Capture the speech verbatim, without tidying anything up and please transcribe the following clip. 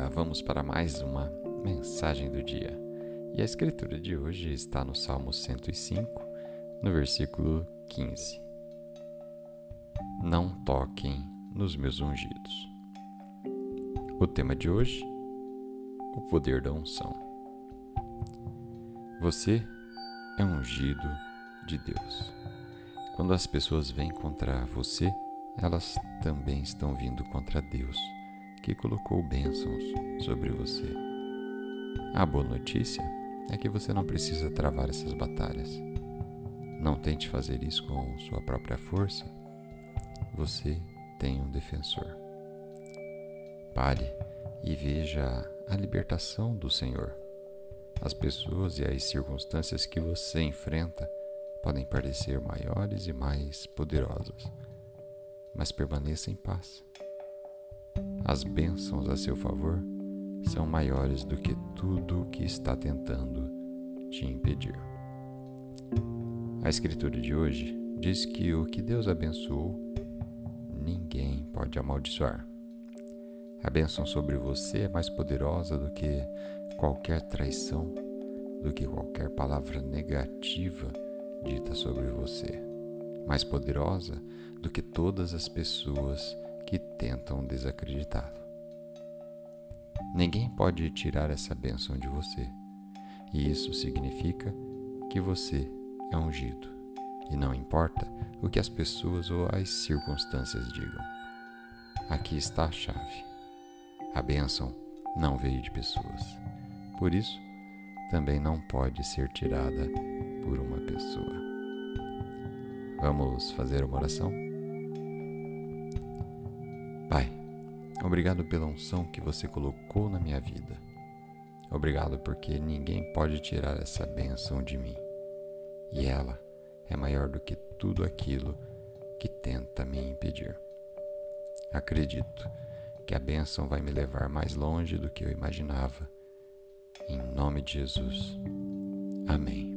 dia, vamos para mais uma mensagem do dia. E a escritura de hoje está no Salmo cento e cinco, no versículo quinze. Não toquem nos meus ungidos. O tema de hoje, o poder da unção. Você é ungido de Deus. Quando as pessoas vêm contra você, elas também estão vindo contra Deus, que colocou bênçãos sobre você. A boa notícia é que você não precisa travar essas batalhas. Não tente fazer isso com sua própria força. Você tem um defensor. Pare e veja a libertação do Senhor. As pessoas e as circunstâncias que você enfrenta podem parecer maiores e mais poderosas, mas permaneça em paz. As bênçãos a seu favor são maiores do que tudo o que está tentando te impedir. A escritura de hoje diz que o que Deus abençoou, ninguém pode amaldiçoar. A bênção sobre você é mais poderosa do que qualquer traição, do que qualquer palavra negativa dita sobre você. Mais poderosa do que todas as pessoas que tentam desacreditá-lo. Ninguém pode tirar essa bênção de você, e isso significa que você é ungido, e não importa o que as pessoas ou as circunstâncias digam. Aqui está a chave. A bênção não veio de pessoas, por isso também não pode ser tirada por uma pessoa. Vamos fazer uma oração? Pai, obrigado pela unção que você colocou na minha vida. Obrigado porque ninguém pode tirar essa bênção de mim. E ela é maior do que tudo aquilo que tenta me impedir. Acredito que a bênção vai me levar mais longe do que eu imaginava. Em nome de Jesus. Amém.